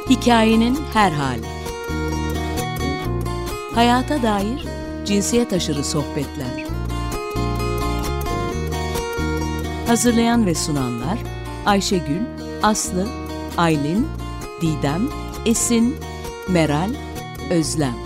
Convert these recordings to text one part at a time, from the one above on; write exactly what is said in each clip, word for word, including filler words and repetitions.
Hikayenin her hali. Hayata dair cinsiyet aşırı sohbetler. Hazırlayan ve sunanlar Ayşegül, Aslı, Aylin, Didem, Esin, Meral, Özlem.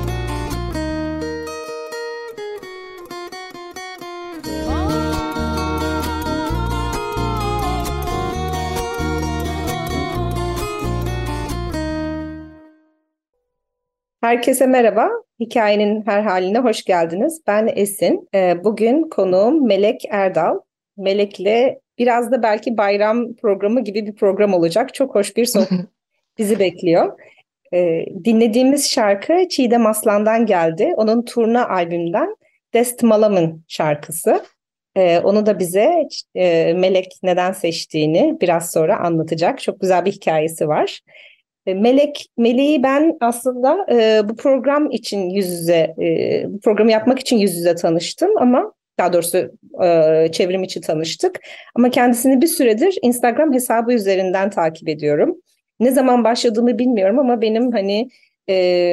Herkese merhaba. Hikayenin her haline hoş geldiniz. Ben Esin. Ee, Bugün konuğum Melek Erdal. Melek'le biraz da belki bayram programı gibi bir program olacak. Çok hoş bir sohbet bizi bekliyor. Ee, Dinlediğimiz şarkı Çiğdem Aslan'dan geldi. Onun turna albümünden Dest Malamın şarkısı. Ee, Onu da bize e, Melek neden seçtiğini biraz sonra anlatacak. Çok güzel bir hikayesi var. E, Melek, Melek'i ben aslında e, bu program için yüz yüze, e, bu programı yapmak için yüz yüze tanıştım ama daha doğrusu e, çevrim içi tanıştık. Ama kendisini bir süredir Instagram hesabı üzerinden takip ediyorum. Ne zaman başladığımı bilmiyorum ama benim hani e,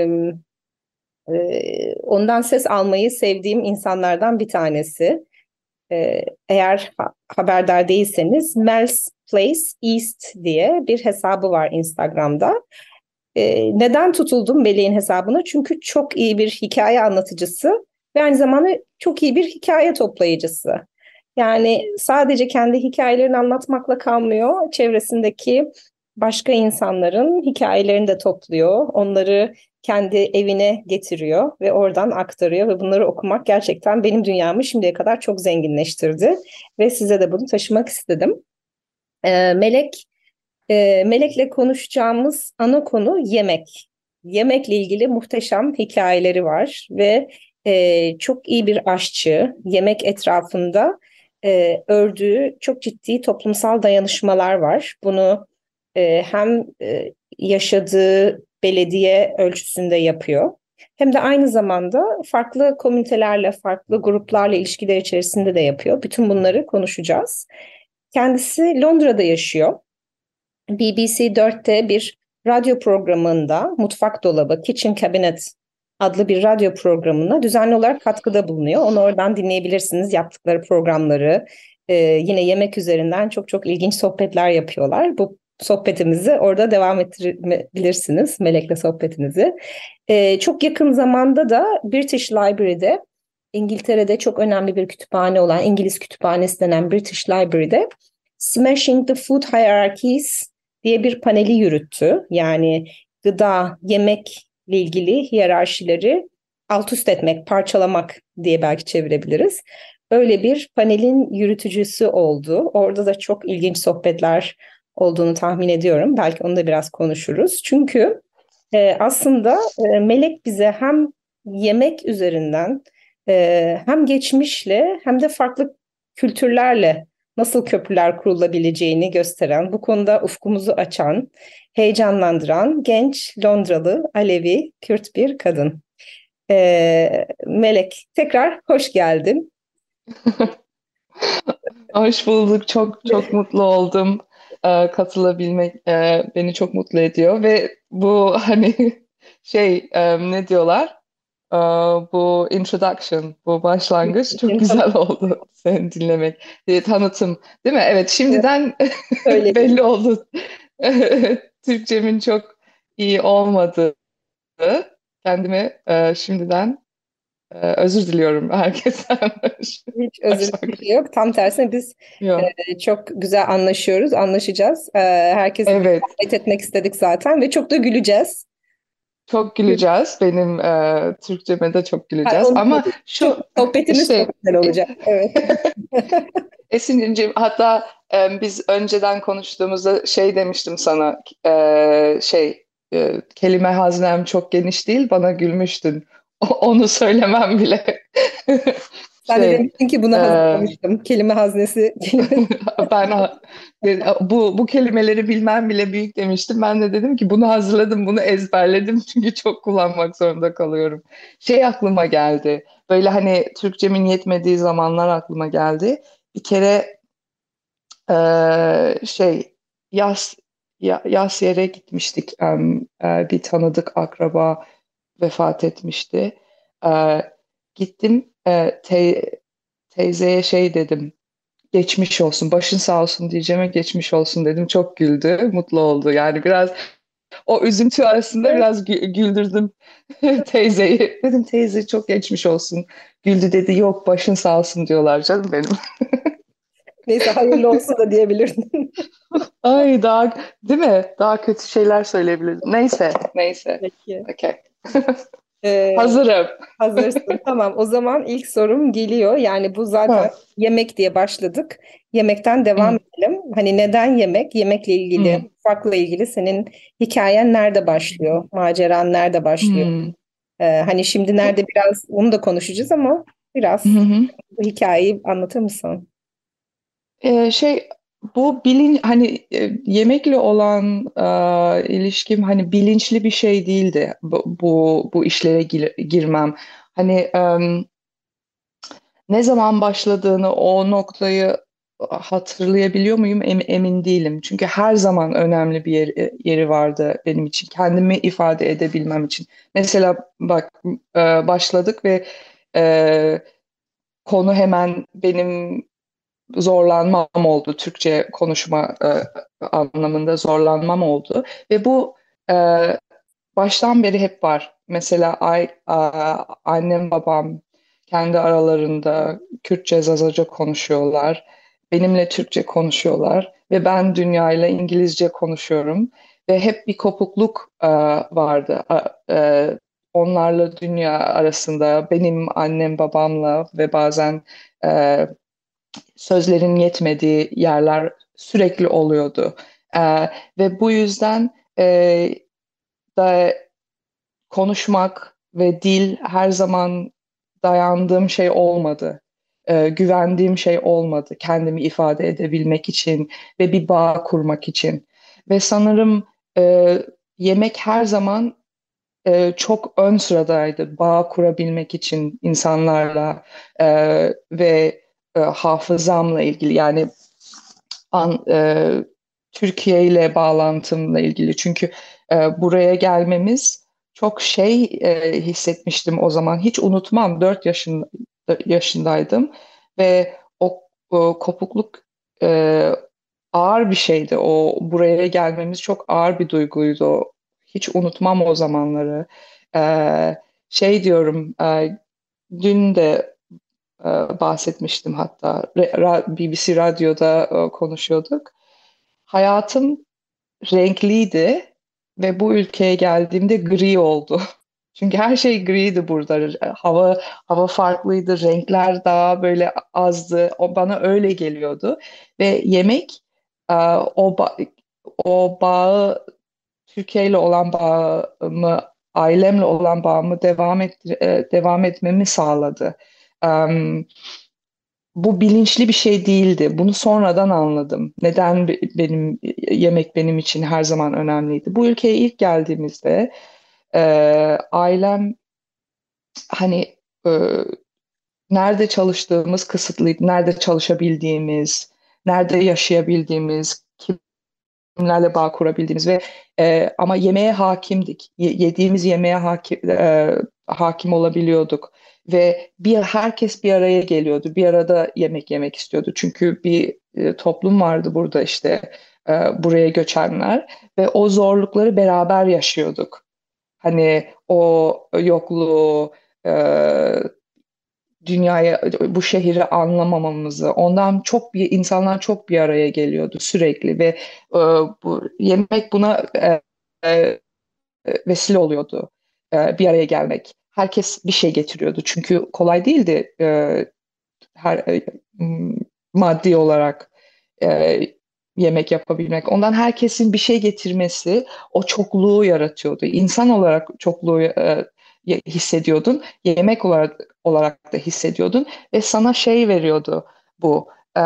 e, ondan ses almayı sevdiğim insanlardan bir tanesi. E, eğer ha- haberdar değilseniz Mel's Place East diye bir hesabı var Instagram'da. Ee, neden tutuldum Melek'in hesabına? Çünkü çok iyi bir hikaye anlatıcısı ve aynı zamanda çok iyi bir hikaye toplayıcısı. Yani sadece kendi hikayelerini anlatmakla kalmıyor, çevresindeki başka insanların hikayelerini de topluyor. Onları kendi evine getiriyor ve oradan aktarıyor ve bunları okumak gerçekten benim dünyamı şimdiye kadar çok zenginleştirdi ve size de bunu taşımak istedim. Ee, Melek e, Melek'le konuşacağımız ana konu yemek. Yemekle ilgili muhteşem hikayeleri var ve e, çok iyi bir aşçı. Yemek etrafında e, ördüğü çok ciddi toplumsal dayanışmalar var. Bunu e, hem e, yaşadığı belediye ölçüsünde yapıyor. Hem de aynı zamanda farklı komünitelerle, farklı gruplarla ilişkiler içerisinde de yapıyor. Bütün bunları konuşacağız. Kendisi Londra'da yaşıyor. B B C dörtte bir radyo programında Mutfak Dolabı, Kitchen Cabinet adlı bir radyo programına düzenli olarak katkıda bulunuyor. Onu oradan dinleyebilirsiniz. Yaptıkları programları e, yine yemek üzerinden çok çok ilginç sohbetler yapıyorlar. Bu sohbetimizi orada devam ettirebilirsiniz, Melek'le sohbetinizi. E, çok yakın zamanda da British Library'de, İngiltere'de çok önemli bir kütüphane olan İngiliz Kütüphanesi denen British Library'de Smashing the Food Hierarchies diye bir paneli yürüttü. Yani gıda, yemekle ilgili hiyerarşileri alt üst etmek, parçalamak diye belki çevirebiliriz. Öyle bir panelin yürütücüsü oldu. Orada da çok ilginç sohbetler olduğunu tahmin ediyorum. Belki onu da biraz konuşuruz. Çünkü e, aslında e, Melek bize hem yemek üzerinden e, hem geçmişle hem de farklı kültürlerle nasıl köprüler kurulabileceğini gösteren, bu konuda ufkumuzu açan, heyecanlandıran genç Londralı Alevi Kürt bir kadın. Ee, Melek, tekrar hoş geldin. Hoş bulduk. Çok çok mutlu oldum. Ee, katılabilmek e, beni çok mutlu ediyor ve bu hani şey e, ne diyorlar? Ee, bu introduction, bu başlangıç çok güzel oldu seni dinlemek. E, tanıtım, değil mi? Evet, şimdiden Öyle belli oldu. Türkçemin çok iyi olmadığı. Kendimi e, şimdiden e, özür diliyorum herkesten. hiç özür Başlangıç. dileği yok. Tam tersine biz Yok. e, çok güzel anlaşıyoruz, anlaşacağız. E, herkesi böyle Evet. davet etmek istedik zaten ve çok da güleceğiz. Çok güleceğiz. Benim e, Türkçeme de çok Hayır, güleceğiz. onu Ama çok şu sohbetimiz şey çok güzel olacak. Evet. Esin'ciğim, hatta e, biz önceden konuştuğumuzda şey demiştim sana, e, şey e, kelime haznem çok geniş değil, bana gülmüştün. O- Onu söylemem bile. Sen de Şey demiştin ki e, buna hazırlamıştım. Kelime haznesi. Kelime. ben ha- bu bu kelimeleri bilmem bile büyük demiştim. Ben de dedim ki bunu hazırladım, bunu ezberledim çünkü çok kullanmak zorunda kalıyorum. Şey aklıma geldi. Böyle hani Türkçemin yetmediği zamanlar aklıma geldi. Bir kere e, şey yaz ya, Yasyer'e gitmiştik. Em, e, bir tanıdık akraba vefat etmişti. E, Gittim, e, te- teyzeye şey dedim. Geçmiş olsun, başın sağ olsun diyeceğime geçmiş olsun dedim. Çok güldü, mutlu oldu. Yani biraz o üzüntü arasında biraz gü- güldürdüm teyzeyi. Dedim teyze çok geçmiş olsun. Güldü dedi, yok başın sağ olsun diyorlar canım benim. Neyse hayırlı olsun da diyebilirdin. Ay daha değil mi? Daha kötü şeyler söyleyebilirdim. Neyse, neyse. Peki. Okay. Ee, Hazırım. Hazırsın. Tamam. O zaman ilk sorum geliyor. Yani bu zaten Ha. yemek diye başladık. Yemekten devam Hmm, edelim. Hani neden yemek? Yemekle ilgili, hmm, mutfakla ilgili senin hikayen nerede başlıyor? Maceran nerede başlıyor? hmm. Ee, hani şimdi nerede biraz onu da konuşacağız ama Hı biraz hı. bu hikayeyi anlatır mısın? Ee, şey bu bilin hani e, yemekle olan e, ilişkim hani bilinçli bir şey değildi bu bu, bu işlere gir- girmem. Hani em, ne zaman başladığını o noktayı hatırlayabiliyor muyum Em- emin değilim. Çünkü her zaman önemli bir yer- yeri vardı benim için kendimi ifade edebilmem için. Mesela bak e, başladık ve e, konu hemen benim zorlanmam oldu. Türkçe konuşma e, anlamında zorlanmam oldu. Ve bu e, baştan beri hep var. Mesela ay, a- annem babam kendi aralarında Kürtçe, Zazaca konuşuyorlar. Benimle Türkçe konuşuyorlar. Ve ben dünyayla İngilizce konuşuyorum. Ve hep bir kopukluk e, vardı. A- e, onlarla dünya arasında, benim annem babamla ve bazen e, sözlerin yetmediği yerler sürekli oluyordu. Ee, ve bu yüzden e, da konuşmak ve dil her zaman dayandığım şey olmadı. Ee, güvendiğim şey olmadı. Kendimi ifade edebilmek için ve bir bağ kurmak için. Ve sanırım e, yemek her zaman e, çok ön sıradaydı bağ kurabilmek için insanlarla e, ve e, hafızamla ilgili yani an, e, Türkiye ile bağlantımla ilgili. Çünkü e, buraya gelmemiz çok şey e, hissetmiştim o zaman. Hiç unutmam. Dört yaşın, yaşındaydım ve o, o kopukluk e, ağır bir şeydi. O buraya gelmemiz çok ağır bir duyguydu. Hiç unutmam o zamanları. E, şey diyorum, e, dün de e, bahsetmiştim hatta. Re- ra- B B C Radyo'da e, konuşuyorduk. Hayatım renkliydi ve bu ülkeye geldiğimde gri oldu. Çünkü her şey griydi burada. Hava hava farklıydı, renkler daha böyle azdı. O bana öyle geliyordu. Ve yemek e, o ba- o bağı Türkiye ile olan bağımı, ailemle olan bağımı devam et, e, devam etmemi sağladı. Em, Bu bilinçli bir şey değildi. Bunu sonradan anladım. Neden be- benim yemek benim için her zaman önemliydi. Bu ülkeye ilk geldiğimizde e, ailem hani e, nerede çalıştığımız kısıtlıydı. Nerede çalışabildiğimiz, nerede yaşayabildiğimiz, kimlerle bağ kurabildiğimiz ve e, ama yemeğe hakimdik. Ye- yediğimiz yemeğe hakim, e, hakim olabiliyorduk ve bir herkes bir araya geliyordu. Bir arada yemek yemek istiyordu. Çünkü bir e, toplum vardı burada işte e, buraya göçenler ve o zorlukları beraber yaşıyorduk. Hani o yokluğu, e, dünyaya, bu şehri anlamamamızı, ondan çok bir insanlar çok bir araya geliyordu sürekli ve e, bu yemek buna e, e, vesile oluyordu. E, bir araya gelmek. Herkes bir şey getiriyordu çünkü kolay değildi e, her e, m- maddi olarak e, yemek yapabilmek. Ondan herkesin bir şey getirmesi o çokluğu yaratıyordu. İnsan olarak çokluğu e, ye- hissediyordun. Yemek olarak olarak da hissediyordun ve sana şey veriyordu bu. E,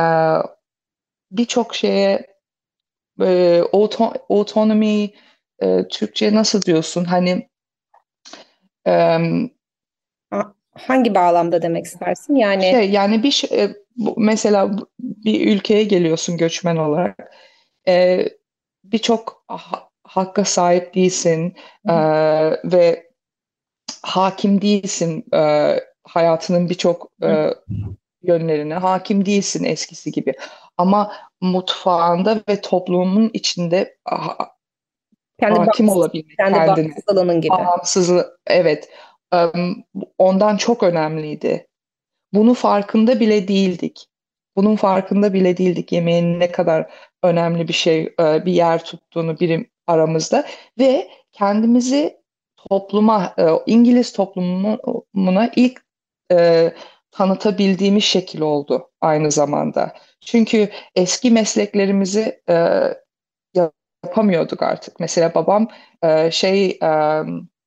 Birçok şeye e, auto, autonomy e, Türkçe nasıl diyorsun? Hani e, Ha- Hangi bağlamda demek istersin? Yani şey yani bir şey, e, bu- mesela bir ülkeye geliyorsun göçmen olarak. birçok ha- hakka sahip değilsin e, ve hakim değilsin e, hayatının birçok e, yönlerine hakim değilsin eskisi gibi. Ama mutfağında ve toplumun içinde ha- Kendi hakim bağımsız, olabilmek kendi kendine, bağımsız alanın gibi. bağımsızlık, evet, em, ondan çok önemliydi. Bunu farkında bile değildik. Bunun farkında bile değildik yemeğin ne kadar önemli bir şey, e, bir yer tuttuğunu birim aramızda ve kendimizi topluma, e, İngiliz toplumuna ilk e, tanıtabildiğimiz şekil oldu aynı zamanda. Çünkü eski mesleklerimizi e, yapamıyorduk artık. Mesela babam e, şey e,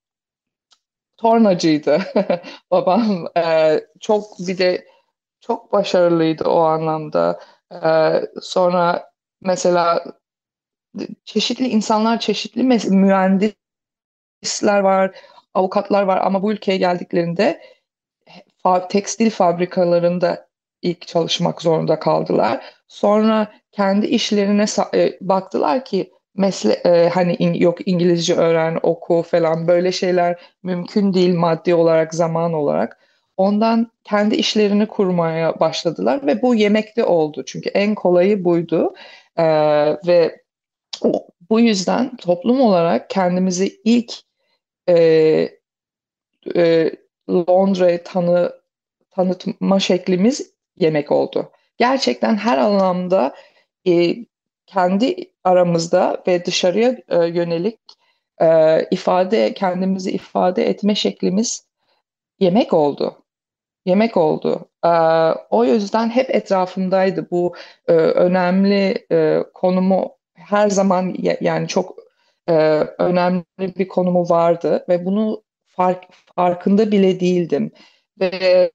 tornacıydı. Babam e, çok bir de çok başarılıydı o anlamda. Ee, sonra mesela çeşitli insanlar, çeşitli mes- mühendisler var, avukatlar var ama bu ülkeye geldiklerinde fa- tekstil fabrikalarında ilk çalışmak zorunda kaldılar. Sonra kendi işlerine sa- e, baktılar ki mesle e, hani in- yok İngilizce öğren, oku falan böyle şeyler mümkün değil maddi olarak, zaman olarak. Ondan kendi işlerini kurmaya başladılar ve bu yemekte oldu. Çünkü en kolayı buydu. E, ve o- bu yüzden toplum olarak kendimizi ilk e, e, Londra'yı tanı, tanıtma şeklimiz yemek oldu. Gerçekten her anlamda e, kendi aramızda ve dışarıya e, yönelik e, ifade kendimizi ifade etme şeklimiz yemek oldu. Yemek oldu. E, o yüzden hep etrafımdaydı bu e, önemli e, konumu her zaman ya- yani çok e, önemli bir konumu vardı ve bunu fark, farkında bile değildim. Ve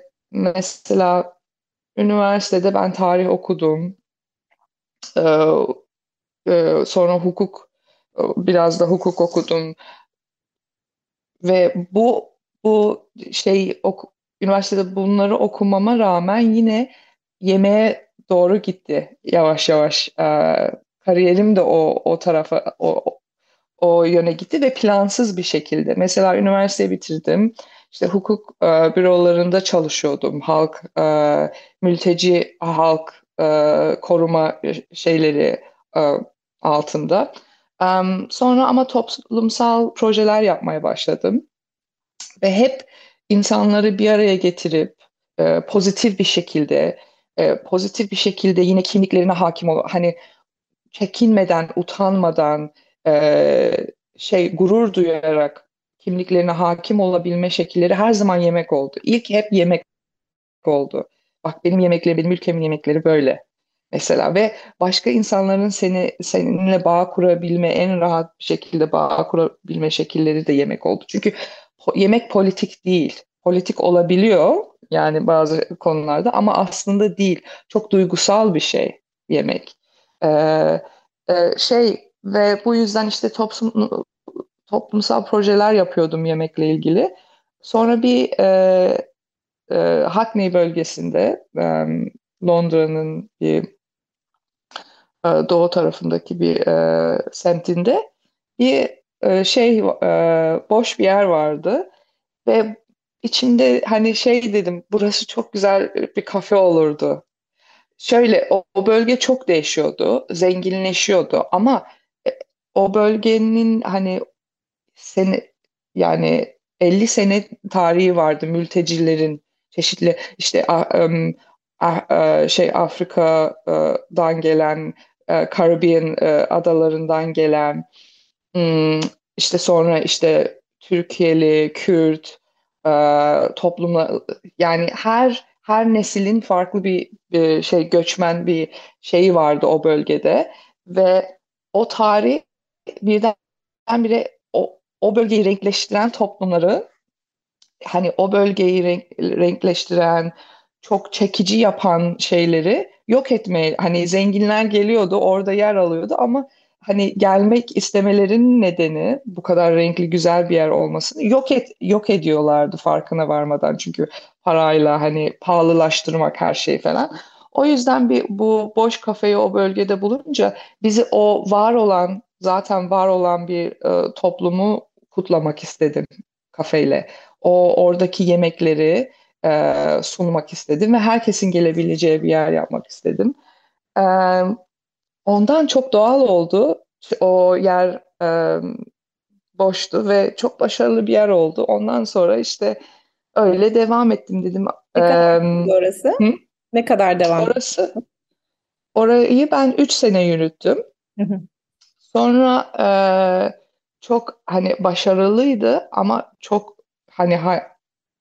mesela üniversitede ben tarih okudum. E, e, sonra hukuk e, biraz da hukuk okudum. Ve bu bu şey ok- üniversitede bunları okumama rağmen yine yemeğe doğru gitti yavaş yavaş. Ee, kariyerim de o o tarafa o o yöne gitti ve plansız bir şekilde. Mesela üniversiteyi bitirdim. İşte hukuk e, bürolarında çalışıyordum. Halk, e, mülteci halk e, koruma şeyleri e, altında. Em, sonra ama toplumsal projeler yapmaya başladım ve hep insanları bir araya getirip e, pozitif bir şekilde e, pozitif bir şekilde yine kimliklerine hakim ol hani çekinmeden, utanmadan, e, şey gurur duyarak kimliklerine hakim olabilme şekilleri her zaman yemek oldu. İlk hep yemek oldu. Bak benim yemeklerim, benim ülkemin yemekleri böyle. Mesela ve başka insanların seni seninle bağ kurabilme, en rahat bir şekilde bağ kurabilme şekilleri de yemek oldu. Çünkü po- yemek politik değil. Politik olabiliyor yani bazı konularda ama aslında değil. Çok duygusal bir şey yemek. Ee, e, şey ve bu yüzden işte toplum, toplumsal projeler yapıyordum yemekle ilgili. Sonra bir e, e, Hackney bölgesinde e, Londra'nın bir e, doğu tarafındaki bir e, semtinde bir e, şey e, boş bir yer vardı ve içinde hani şey dedim burası çok güzel bir kafe olurdu. Şöyle o, o bölge çok değişiyordu, zenginleşiyordu ama e, o bölgenin hani sene yani elli sene tarihi vardı mültecilerin çeşitli işte a- em, a- a- şey Afrika'dan gelen e, Caribbean e, adalarından gelen hmm, işte sonra işte Türkiye'li Kürt e, toplumla yani her her neslin farklı bir, bir şey göçmen bir şeyi vardı o bölgede ve o tarih birdenbire o, o bölgeyi renkleştiren toplumları hani o bölgeyi renk, renkleştiren çok çekici yapan şeyleri yok etmeye hani zenginler geliyordu orada yer alıyordu ama hani gelmek istemelerinin nedeni bu kadar renkli güzel bir yer olmasını yok et yok ediyorlardı farkına varmadan çünkü parayla hani pahalılaştırmak her şey falan. O yüzden bir bu boş kafeyi o bölgede bulunca bizi o var olan zaten var olan bir e, toplumu kutlamak istedim kafeyle. O oradaki yemekleri e, sunmak istedim ve herkesin gelebileceği bir yer yapmak istedim. E, Ondan çok doğal oldu. O yer e, boştu ve çok başarılı bir yer oldu. Ondan sonra işte öyle devam ettim dedim. E, Ne kadar sürdü orası? hı? Ne kadar devam etti? Orası orayı ben üç sene yürüttüm. Hı hı. Sonra e, çok hani başarılıydı ama çok hani ha-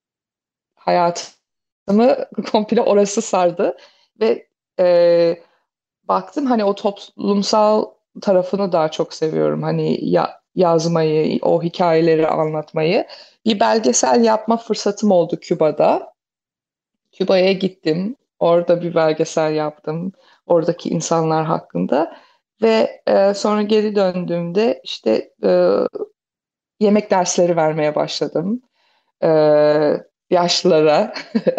hayatımı komple orası sardı ve e, baktım hani o toplumsal tarafını daha çok seviyorum. Hani ya, yazmayı, o hikayeleri anlatmayı. Bir belgesel yapma fırsatım oldu Küba'da. Küba'ya gittim. Orada bir belgesel yaptım. Oradaki insanlar hakkında. Ve e, sonra geri döndüğümde işte e, yemek dersleri vermeye başladım. E, Yaşlılara,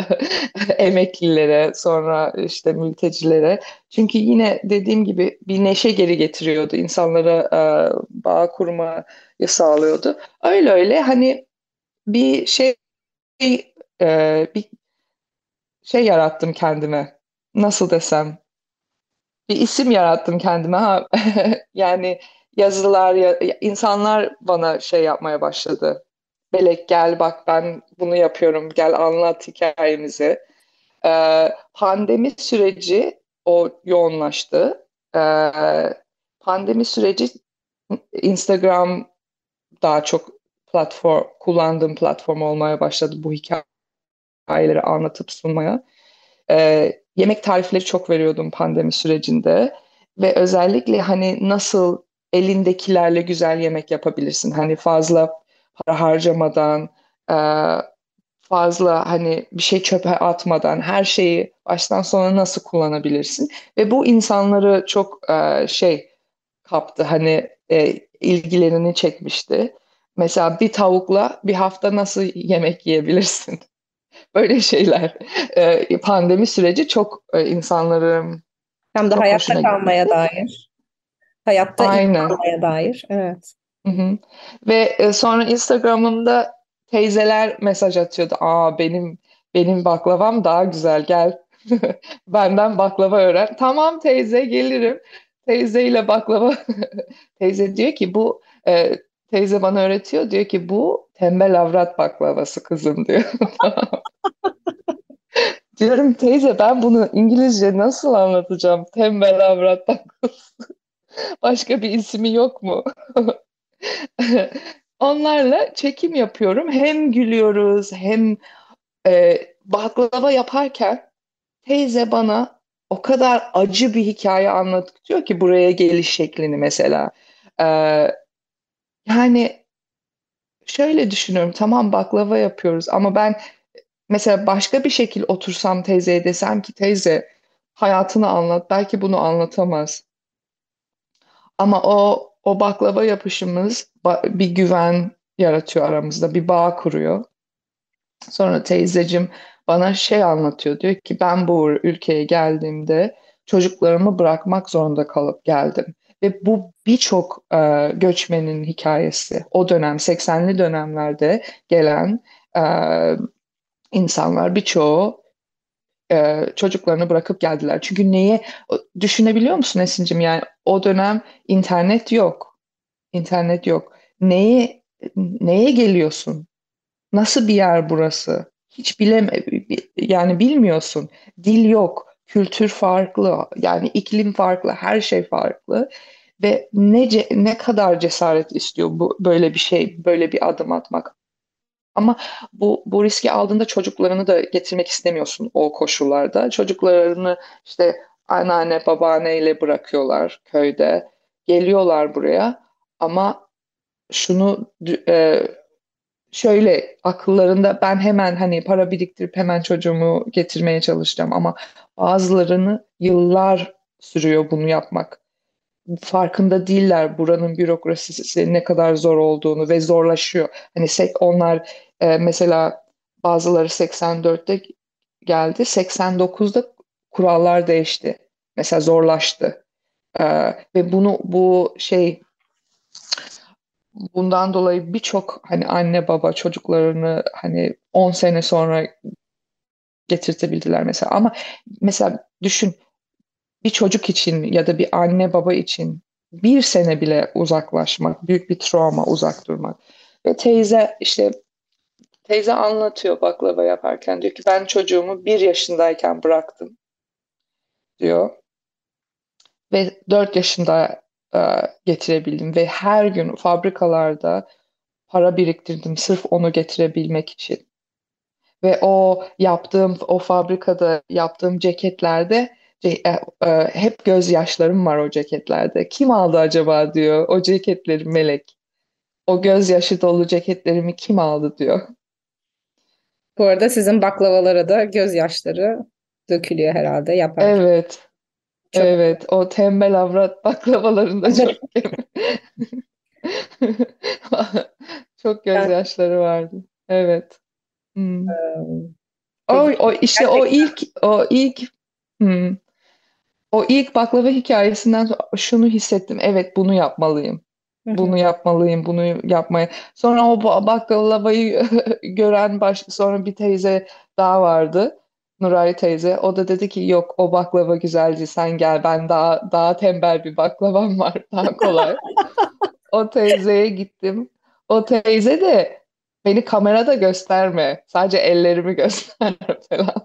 emeklilere, sonra işte mültecilere. Çünkü yine dediğim gibi bir neşe geri getiriyordu. İnsanlara e, bağ kurmayı sağlıyordu. Öyle öyle hani bir şey e, bir şey yarattım kendime. Nasıl desem? Bir isim yarattım kendime. Ha. Yani yazılar, ya, insanlar bana şey yapmaya başladı. Belek gel bak ben bunu yapıyorum. Gel anlat hikayemizi. Ee, pandemi süreci o yoğunlaştı. Ee, Pandemi süreci Instagram daha çok platform kullandığım platform olmaya başladı bu hikayeleri anlatıp sunmaya. Ee, yemek tarifleri çok veriyordum pandemi sürecinde ve özellikle hani nasıl elindekilerle güzel yemek yapabilirsin. Hani fazla para harcamadan, e, fazla hani bir şey çöpe atmadan her şeyi baştan sona nasıl kullanabilirsin? Ve bu insanları çok e, şey kaptı hani e, ilgilerini çekmişti. Mesela bir tavukla bir hafta nasıl yemek yiyebilirsin? Böyle şeyler. E, pandemi süreci çok e, insanların Hem de çok hayatta hoşuna kalmaya gitmişti. dair. Hayatta iyi Aynen. kalmaya dair. Evet. Hı hı. Ve e, sonra Instagram'ımda teyzeler mesaj atıyordu. Aa benim benim baklavam daha güzel gel. Benden baklava öğren. Tamam teyze gelirim. Teyzeyle baklava. Teyze diyor ki bu e, teyze bana öğretiyor. Diyor ki bu tembel avrat baklavası kızım diyor. Diyorum teyze ben bunu İngilizce nasıl anlatacağım? Tembel avrat baklavası. Başka bir ismi yok mu? Onlarla çekim yapıyorum. Hem gülüyoruz hem e, baklava yaparken teyze bana o kadar acı bir hikaye anlatıyor ki buraya geliş şeklini mesela. E, Yani şöyle düşünüyorum. Tamam baklava yapıyoruz ama ben mesela başka bir şekil otursam teyzeye desem ki teyze hayatını anlat. Belki bunu anlatamaz. Ama o o baklava yapışımız ba- bir güven yaratıyor aramızda, bir bağ kuruyor. Sonra teyzecim bana şey anlatıyor. Diyor ki ben bu ülkeye geldiğimde çocuklarımı bırakmak zorunda kalıp geldim. Ve bu birçok e, göçmenin hikayesi. O dönem seksenli dönemlerde gelen e, insanlar birçoğu e, çocuklarını bırakıp geldiler. Çünkü neye düşünebiliyor musun Esin'cim? Yani o dönem internet yok. İnternet yok. Neye neye geliyorsun? Nasıl bir yer burası? Hiç bilem yani bilmiyorsun. Dil yok, kültür farklı, yani iklim farklı, her şey farklı ve ne ce- ne kadar cesaret istiyor bu böyle bir şey, böyle bir adım atmak. Ama bu bu riski aldığında çocuklarını da getirmek istemiyorsun o koşullarda. Çocuklarını işte anneanne, babaanneyle bırakıyorlar köyde. Geliyorlar buraya ama şunu e, şöyle akıllarında ben hemen hani para biriktirip hemen çocuğumu getirmeye çalışacağım ama bazılarını yıllar sürüyor bunu yapmak. Farkında değiller buranın bürokrasisi ne kadar zor olduğunu ve zorlaşıyor. Hani sek onlar e, mesela bazıları seksen dörtte geldi, seksen dokuzda kurallar değişti. Mesela zorlaştı. E, ve bunu bu şey bundan dolayı birçok hani anne baba çocuklarını hani on sene sonra getirtebildiler mesela. Ama mesela düşün, bir çocuk için ya da bir anne baba için bir sene bile uzaklaşmak, büyük bir travma, uzak durmak. Ve teyze işte teyze anlatıyor baklava yaparken, diyor ki ben çocuğumu bir yaşındayken bıraktım diyor ve dört yaşında e, getirebildim ve her gün fabrikalarda para biriktirdim sırf onu getirebilmek için. Ve o yaptığım, o fabrikada yaptığım ceketlerde ce- e, e, hep gözyaşlarım var o ceketlerde. Kim aldı acaba diyor o ceketleri Melek. O gözyaşı dolu ceketlerimi kim aldı diyor. Bu arada sizin baklavalara da gözyaşları dökülüyor herhalde yaparken. Evet, Çok evet. O tembel avrat baklavalarında çok çok yani, gözyaşları vardı. Evet. Hmm. e, O, dediğim o gibi işte o gerçekten ilk o ilk hmm. O ilk baklava hikayesinden sonra şunu hissettim. Evet, bunu yapmalıyım. hı hı, Bunu yapmalıyım, bunu yapmaya. Sonra o ba- baklavayı gören baş, sonra bir teyze daha vardı. Nuray teyze. O da dedi ki yok, o baklava güzelce, sen gel, ben daha daha tembel bir baklavam var, daha kolay. O teyzeye gittim. O teyze de beni kamerada gösterme, sadece ellerimi göster falan.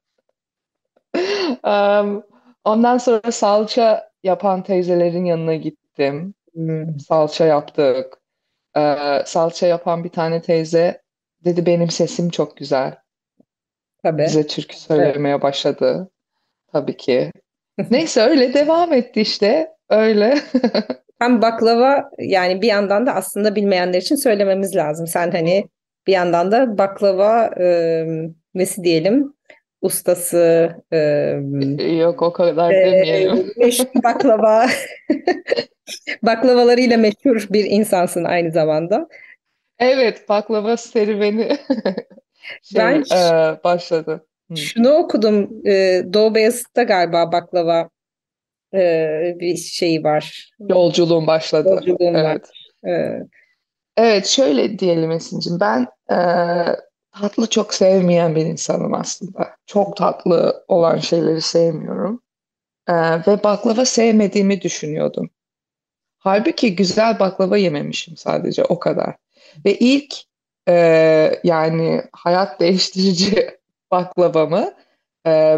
Em, Ondan sonra salça yapan teyzelerin yanına gittim. hmm, Salça yaptık. Ee, salça yapan bir tane teyze dedi benim sesim çok güzel. tabii. Bize türkü Evet. söylemeye başladı. Tabii ki. Neyse, öyle devam etti işte. Öyle. Hem baklava yani bir yandan da aslında bilmeyenler için söylememiz lazım. Sen hani bir yandan da baklava e, nesi diyelim ustası e, Yok, o kadar e, demeyelim. meşhur baklava baklavalarıyla meşhur bir insansın aynı zamanda. Evet, baklava serüveni şey Ben e, ş- başladı. Hı. şunu okudum. E, Doğu Beyazıt'ta galiba baklava e, bir şeyi var. Yolculuğum başladı. Yolculuğum var. Evet. E, Evet, şöyle diyelim Esin'cim, ben e, tatlı çok sevmeyen bir insanım aslında. Çok tatlı olan şeyleri sevmiyorum. E, ve baklava sevmediğimi düşünüyordum. Halbuki güzel baklava yememişim, sadece o kadar. Ve ilk e, yani hayat değiştirici baklavamı e,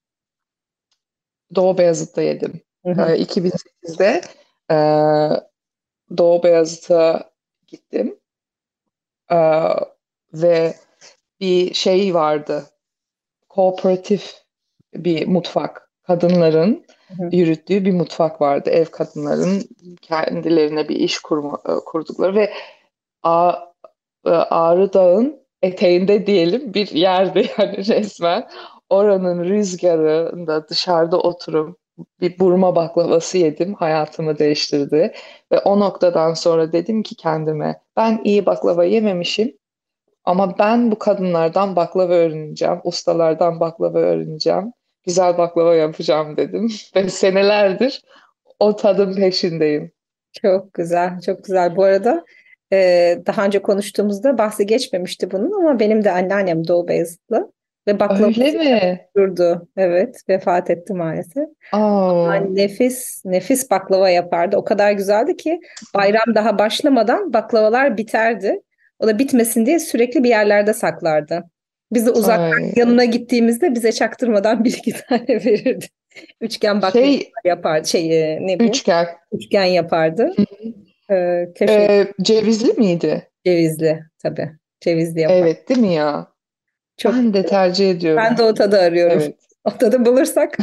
Doğu Beyazıt'ta yedim. hı hı, E, iki bin sekizde e, Doğu Beyazıt'a gittim. E, ve bir şey vardı. Kooperatif bir mutfak. Kadınların hı hı. yürüttüğü bir mutfak vardı. Ev kadınların kendilerine bir iş kurma, e, kurdukları ve A- e, Ağrı Dağı'nın eteğinde diyelim bir yerde yani resmen. Oranın rüzgarında dışarıda oturup bir burma baklavası yedim. Hayatımı değiştirdi. Ve o noktadan sonra dedim ki kendime, ben iyi baklava yememişim. Ama ben bu kadınlardan baklava öğreneceğim, ustalardan baklava öğreneceğim, güzel baklava yapacağım dedim. Ve senelerdir o tadın peşindeyim. Çok güzel, çok güzel. Bu arada e, daha önce konuştuğumuzda bahsi geçmemişti bunun ama benim de anneannem Doğu Beyazıtlı ve Öyle baklavasıyla mi? durdu. Evet, vefat etti maalesef. Aa, Yani nefis, nefis baklava yapardı. O kadar güzeldi ki bayram daha başlamadan baklavalar biterdi. O da bitmesin diye sürekli bir yerlerde saklardı. Biz de uzaktan ay. yanına gittiğimizde bize çaktırmadan bir iki tane verirdi. Üçgen baklava Şey, yapardı. Şey, e, ne bu? üçgen. Üçgen yapardı. Ee, köşe Ee, cevizli miydi? cevizli tabii. Cevizli yapar. Evet, değil mi ya? Çok Ben de tercih ben de ediyorum. o tadı arıyorum. Evet. O tadı bulursak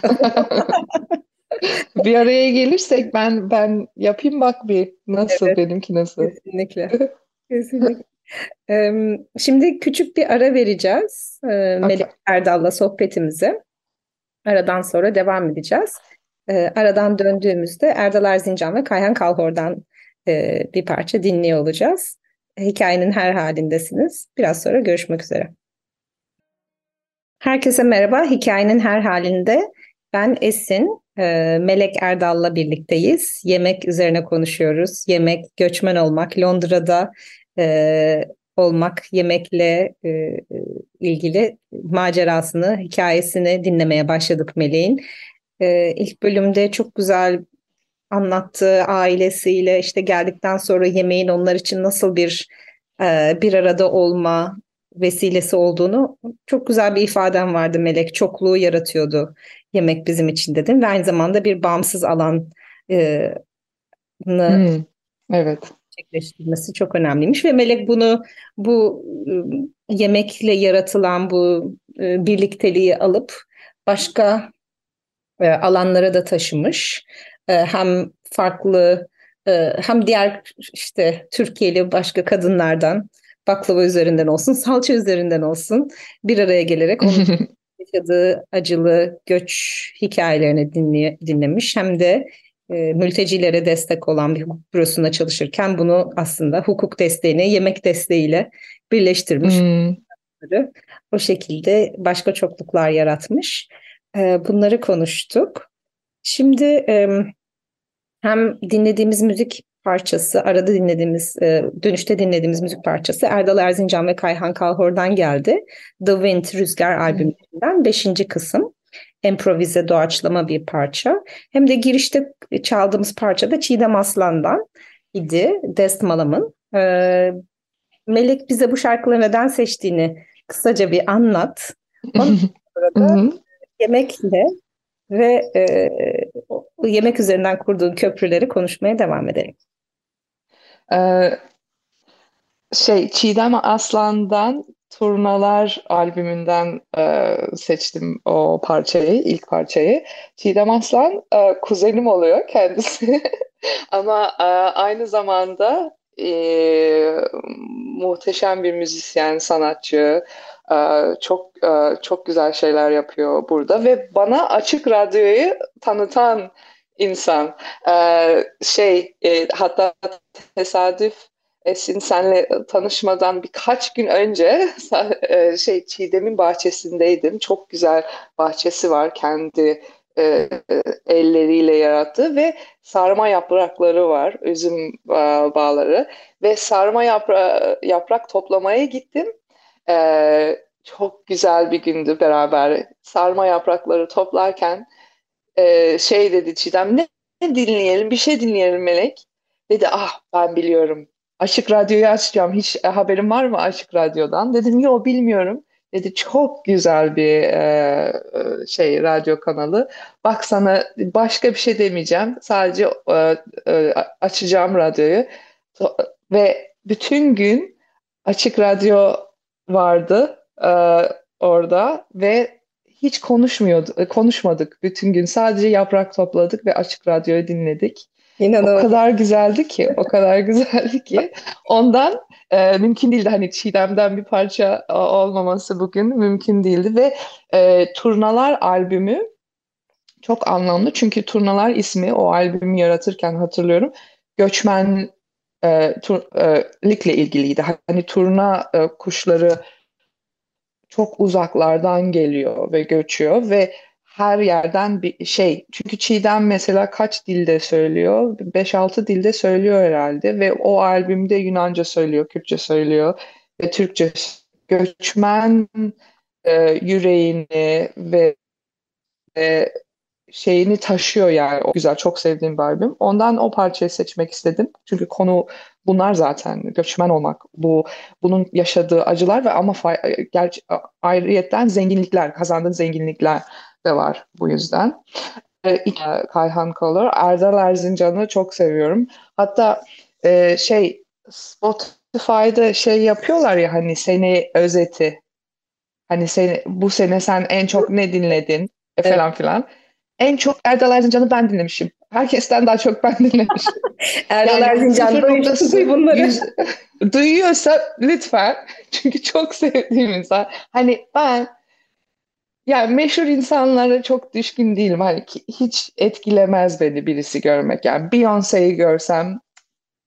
Bir araya gelirsek ben ben yapayım, bak bir nasıl, evet, benimki nasıl. kesinlikle. Kesinlikle. Ee, Şimdi küçük bir ara vereceğiz. Ee, Melek Okay. Erdal'la sohbetimize. Aradan sonra devam edeceğiz. Ee, aradan döndüğümüzde Erdal Erzincan ve Kayhan Kalhor'dan e, bir parça dinliyor olacağız. Hikayenin her halindesiniz. Biraz sonra görüşmek üzere. Herkese merhaba. Hikayenin her halinde Ben Esin, e, Melek Erdal'la birlikteyiz. Yemek üzerine konuşuyoruz. Yemek, göçmen olmak, Londra'da e, olmak, yemekle e, e, ilgili macerasını, hikayesini dinlemeye başladık Melek'in. E, ilk bölümde çok güzel anlattığı ailesiyle işte geldikten sonra yemeğin onlar için nasıl bir e, bir arada olma vesilesi olduğunu çok güzel bir ifaden vardı Melek. Çokluğu yaratıyordu yemek bizim için dedim ve aynı zamanda bir bağımsız alanı Hmm, evet. gerçekleştirmesi çok önemliymiş ve Melek bunu bu e, yemekle yaratılan bu e, birlikteliği alıp başka e, alanlara da taşımış. E, hem farklı e, hem diğer işte Türkiye'li başka kadınlardan baklava üzerinden olsun, salça üzerinden olsun bir araya gelerek onun yaşadığı acılı göç hikayelerini dinley- dinlemiş. Hem de e, mültecilere destek olan bir hukuk bürosunda çalışırken bunu aslında hukuk desteğini yemek desteğiyle birleştirmiş. Hmm, O şekilde başka çokluklar yaratmış. E, bunları konuştuk. Şimdi e, hem dinlediğimiz müzik parçası, arada dinlediğimiz, e, dönüşte dinlediğimiz müzik parçası Erdal Erzincan ve Kayhan Kalhor'dan geldi. The Wind, Rüzgar hmm, albümünden beşinci kısım. Improvize doğaçlama bir parça. Hem de girişte çaldığımız parça da Çiğdem Aslan'dan idi, Dest Malam'ın. E, Melek bize bu şarkıları neden seçtiğini kısaca bir anlat. Ondan sonra da hmm. yemekle ve e, o yemek üzerinden kurduğun köprüleri konuşmaya devam edelim. Ee, Şey Çiğdem Aslan'dan Turnalar albümünden e, seçtim o parçayı, ilk parçayı. Çiğdem Aslan e, kuzenim oluyor kendisi. Ama e, aynı zamanda e, muhteşem bir müzisyen, sanatçı. E, çok e, çok güzel şeyler yapıyor burada ve bana Açık Radyo'yu tanıtan insan. E, şey e, hatta tesadüf, Esin, senle tanışmadan birkaç gün önce e, şey Çiğdem'in bahçesindeydim. Çok güzel bahçesi var, kendi e, e, elleriyle yarattığı ve sarma yaprakları var, üzüm e, bağları ve sarma yapra yaprak toplamaya gittim. E, Çok güzel bir gündü beraber. Sarma yaprakları toplarken e, şey dedi Çiğdem, ne, ne dinleyelim, bir şey dinleyelim Melek. Dedi, ah ben biliyorum. Açık Radyo'yu açacağım. Hiç e, haberin var mı Açık Radyo'dan? Dedim yok, bilmiyorum. Dedi çok güzel bir e, e, şey radyo kanalı. Bak sana başka bir şey demeyeceğim. Sadece e, e, açacağım radyoyu. To- Ve bütün gün Açık Radyo vardı e, orada ve hiç konuşmuyordu, konuşmadık bütün gün. Sadece yaprak topladık ve Açık Radyo'yu dinledik. O İnanılmaz. kadar güzeldi ki, o kadar güzeldi ki. Ondan e, mümkün değildi. Hani Çiğdem'den bir parça e, olmaması bugün mümkün değildi ve e, Turnalar albümü çok anlamlı. Çünkü Turnalar ismi o albümü yaratırken hatırlıyorum. Göçmen e, tur, e, likle ilgiliydi. Hani turna e, kuşları çok uzaklardan geliyor ve göçüyor ve her yerden bir şey. Çünkü Çiğdem mesela kaç dilde söylüyor? Beş altı dilde söylüyor herhalde ve o albümde Yunanca söylüyor, Kürtçe söylüyor ve Türkçe. Göçmen e, yüreğini ve e, şeyini taşıyor yani. O güzel, çok sevdiğim bir albüm. Ondan o parçayı seçmek istedim. Çünkü konu bunlar zaten, göçmen olmak. Bu bunun yaşadığı acılar ve ama fa- gerçi ayrıyetten zenginlikler, kazandığı zenginlikler de var bu yüzden. E, iki- Kayhan Kolor, Erdal Erzincan'ı çok seviyorum. Hatta e, şey Spotify'da şey yapıyorlar ya, hani sene özeti. Hani seni, bu sene sen en çok ne dinledin e, Evet. falan filan. En çok Erdal Erzincan'ı ben dinlemişim. Herkesten daha çok ben dinlemişim. Erdal Yani Erzincan duy, duy bunları. yüz duyuyorsa lütfen. Çünkü çok sevdiğim insan. Hani ben yani meşhur insanlara çok düşkün değilim. Hani ki- hiç etkilemez beni birisi görmek. Yani Beyoncé'yi görsem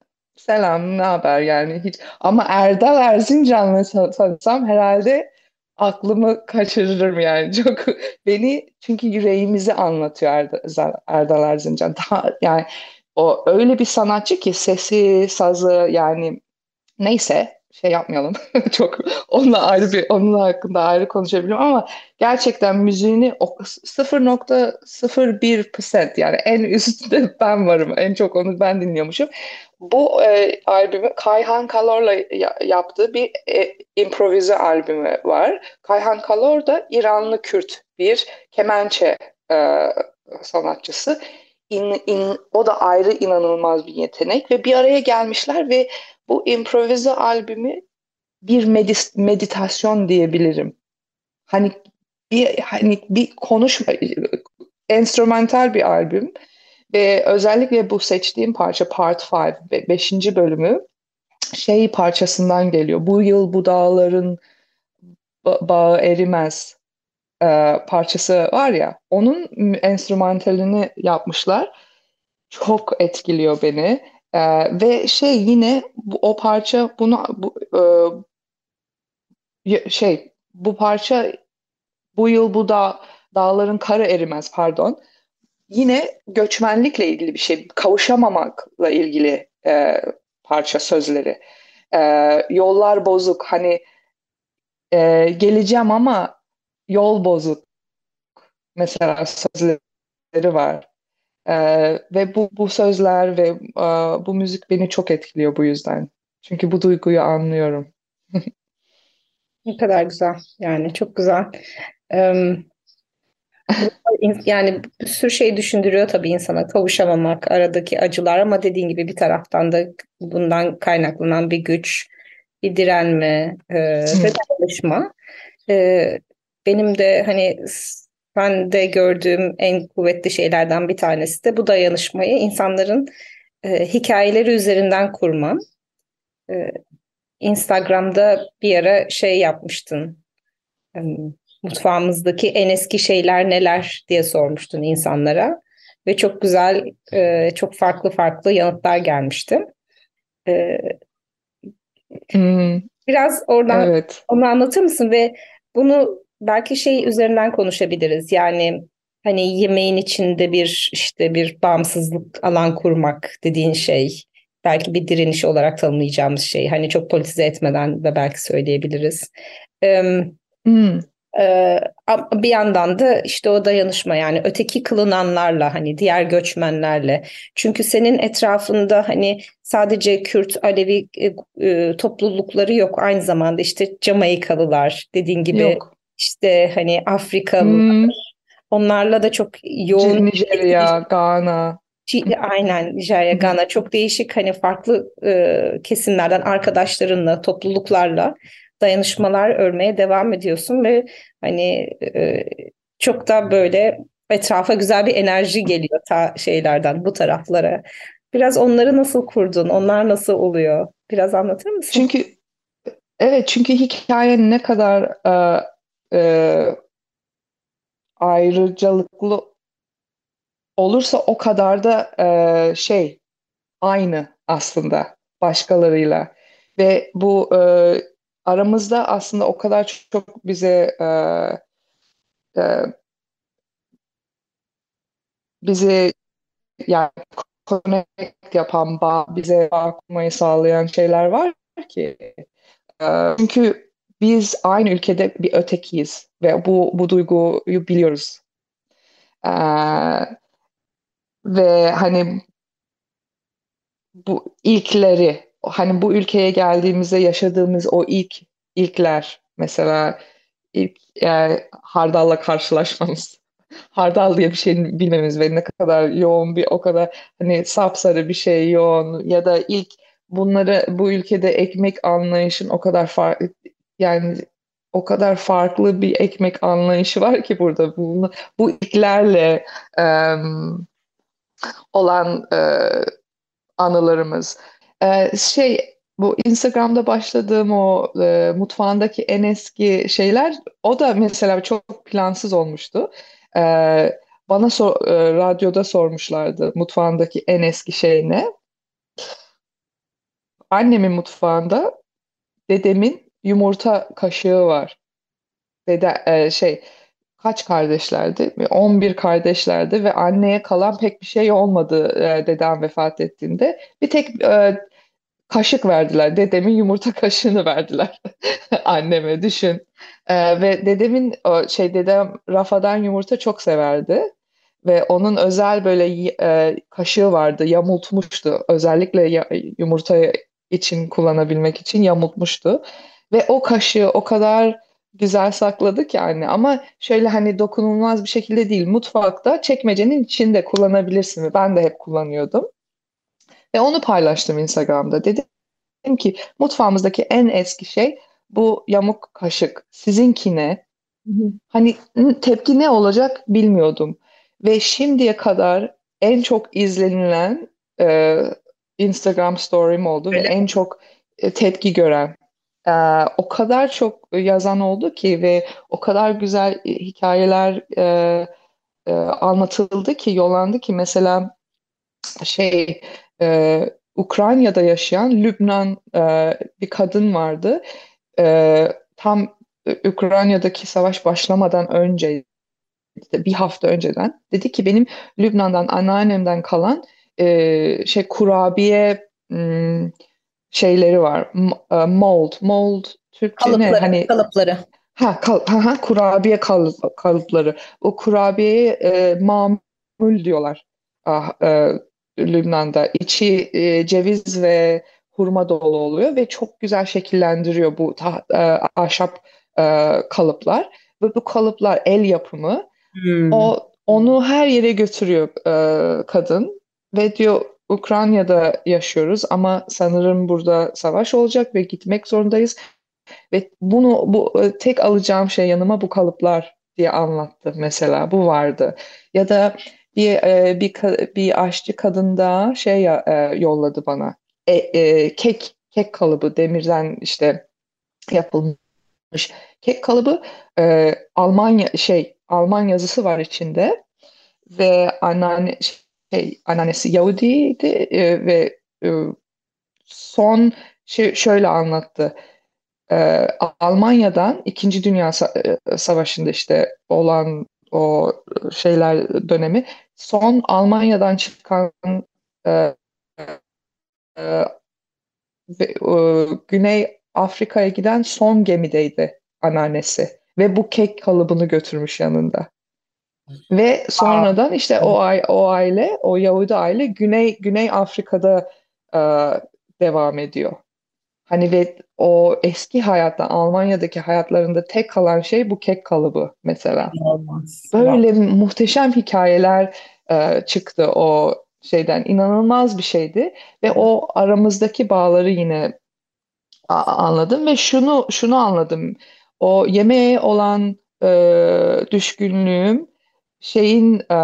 selam, ne haber yani hiç. Ama Erdal Erzincan'la tan- tanısam herhalde aklımı kaçırırım yani. Çok beni, çünkü yüreğimizi anlatıyor Erdal, Erdal Erzincan. Daha, yani o öyle bir sanatçı ki sesi, sazı, yani neyse şey yapmayalım. Çok onunla ayrı bir onunla hakkında ayrı konuşabilirim ama gerçekten müziğini o sıfır nokta sıfır bir percent, yani en üstte ben varım. En çok onu ben dinliyormuşum. Bu e, albümü Kayhan Kalor'la ya- yaptığı bir e, improvize albümü var. Kayhan Kalor da İranlı Kürt bir kemençe e, sanatçısı. İn- in- o da ayrı inanılmaz bir yetenek ve bir araya gelmişler ve bu improvize albümü bir medis- meditasyon diyebilirim. Hani bir hani bir konuşma, enstrümantal bir albüm ve özellikle bu seçtiğim parça Part beş, beşinci bölümü şey parçasından geliyor. Bu yıl bu dağların ba- bağı erimez e, parçası var ya, onun enstrümantalini yapmışlar. Çok etkiliyor beni. E, ve şey yine bu, o parça bunu bu, e, y- şey bu parça bu yıl bu da dağların karı erimez, pardon. Yine göçmenlikle ilgili bir şey, kavuşamamakla ilgili e, parça sözleri. E, Yollar bozuk, hani e, geleceğim ama yol bozuk mesela sözleri var. E, ve bu bu sözler ve e, bu müzik beni çok etkiliyor bu yüzden. Çünkü bu duyguyu anlıyorum. Ne kadar güzel. Yani çok güzel. Em, bu, yani bir sürü şey düşündürüyor tabii insana. Kavuşamamak, aradaki acılar ama dediğin gibi bir taraftan da bundan kaynaklanan bir güç, bir direnme e, ve dayanışma. E, Benim de hani ben de gördüğüm en kuvvetli şeylerden bir tanesi de bu dayanışmayı insanların e, hikayeleri üzerinden kurman. E, Instagram'da bir ara şey yapmıştın. Em, Mutfağımızdaki en eski şeyler neler diye sormuştun insanlara ve çok güzel, e, çok farklı farklı yanıtlar gelmişti. E, Hmm, Biraz oradan evet. onu anlatır mısın ve bunu belki şey üzerinden konuşabiliriz. Yani hani yemeğin içinde bir işte bir bağımsızlık alan kurmak dediğin şey belki bir direniş olarak tanımlayacağımız şey. Hani çok politize etmeden de belki söyleyebiliriz. Hmm, Ee, Bir yandan da işte o dayanışma yani öteki kılınanlarla hani diğer göçmenlerle. Çünkü senin etrafında hani sadece Kürt, Alevi e, e, toplulukları yok. Aynı zamanda işte Jamaikalılar dediğin gibi yok. işte hani Afrikalılar. Hmm, Onlarla da çok C- yoğun Nijerya, Ghana. Çi- aynen Nijerya, Gana çok değişik hani farklı e, kesimlerden arkadaşlarınla, topluluklarla dayanışmalar örmeye devam ediyorsun ve hani e, çok da böyle etrafa güzel bir enerji geliyor ta şeylerden bu taraflara. Biraz onları nasıl kurdun? Onlar nasıl oluyor? Biraz anlatır mısın? Çünkü evet, çünkü hikaye ne kadar e, e, ayrıcalıklı olursa o kadar da e, şey aynı aslında başkalarıyla ve bu e, aramızda aslında o kadar çok bize e, e, bizi yani connect yapan, bağ, bize bağ kurmayı sağlayan şeyler var ki. E, çünkü biz aynı ülkede bir ötekiyiz ve bu bu duyguyu biliyoruz. E, ve hani bu ilkleri, hani bu ülkeye geldiğimizde yaşadığımız o ilk ilkler, mesela ilk e, hardalla karşılaşmamız, hardal diye bir şey bilmemiz ve ne kadar yoğun bir, o kadar hani sapsarı bir şey yoğun, ya da ilk bunları bu ülkede ekmek anlayışın o kadar farklı, yani o kadar farklı bir ekmek anlayışı var ki burada, bu, bu ilklerle em, olan e, anılarımız. Ee, şey bu Instagram'da başladığım o e, mutfağındaki en eski şeyler, o da mesela çok plansız olmuştu. Ee, bana sor- e, radyoda sormuşlardı mutfağındaki en eski şey ne? Annemin mutfağında dedemin yumurta kaşığı var. dede e, şey kaç kardeşlerdi? on bir kardeşlerdi ve anneye kalan pek bir şey olmadı e, dedem vefat ettiğinde. Bir tek e, kaşık verdiler. Dedemin yumurta kaşığını verdiler anneme, düşün. E, ve dedemin o şey dedem rafadan yumurta çok severdi. Ve onun özel böyle e, kaşığı vardı, yamultmuştu. Özellikle ya- yumurta için kullanabilmek için yamultmuştu. Ve o kaşığı o kadar güzel sakladı ki anne. Ama şöyle hani dokunulmaz bir şekilde değil. Mutfakta çekmecenin içinde kullanabilirsin. Ben de hep kullanıyordum. Ve onu paylaştım Instagram'da. Dedim ki mutfağımızdaki en eski şey bu yamuk kaşık. Sizinki ne? Hı hı. Hani tepki ne olacak bilmiyordum. Ve şimdiye kadar en çok izlenilen e, Instagram story'm oldu ve Öyle. en çok e, tepki gören. E, O kadar çok yazan oldu ki ve o kadar güzel e, hikayeler e, e, anlatıldı ki, yollandı ki, mesela şey e, Ukrayna'da yaşayan Lübnan e, bir kadın vardı. E, tam Ukrayna'daki savaş başlamadan önce, işte bir hafta önceden dedi ki benim Lübnan'dan, anneannemden kalan e, şey kurabiye m, şeyleri var. M- e, mold. Mold Türkçe ne? Kalıpları, Hani kalıpları. ha, kal, ha, ha, kurabiye kalıp, kalıpları. O kurabiyeye e, mamul diyorlar. Ah, e, Lübnan'da. İçi e, ceviz ve hurma dolu oluyor ve çok güzel şekillendiriyor bu ta- e, ahşap e, kalıplar. Ve bu kalıplar el yapımı. Hmm. O onu her yere götürüyor e, kadın ve diyor Ukrayna'da yaşıyoruz ama sanırım burada savaş olacak ve gitmek zorundayız. Ve bunu bu e, tek alacağım şey yanıma bu kalıplar diye anlattı mesela. Bu vardı. Ya da bir e, bir ka- bir aşçı kadın da şey ya- e, yolladı bana. E, e, kek kek kalıbı, demirden işte yapılmış kek kalıbı. E, Almanya şey Alman yazısı var içinde ve anneanne şey anneannesi Yahudiydi e, ve e, son şey şöyle anlattı. Ee, Almanya'dan İkinci Dünya Sa- e, Savaşı'nda işte olan o şeyler dönemi, son Almanya'dan çıkan e, e, ve, e, Güney Afrika'ya giden son gemideydi anneannesi ve bu kek kalıbını götürmüş yanında. Ve Wow. sonradan işte o ai- o aile, o Yahudi aile Güney Güney Afrika'da e, devam ediyor. Hani ve o eski hayatta, Almanya'daki hayatlarında tek kalan şey bu kek kalıbı mesela. Olmaz. Wow. Böyle muhteşem hikayeler e, çıktı o şeyden. İnanılmaz bir şeydi ve o aramızdaki bağları yine a- anladım ve şunu şunu anladım. O yemeğe olan e, düşkünlüğüm şeyin e,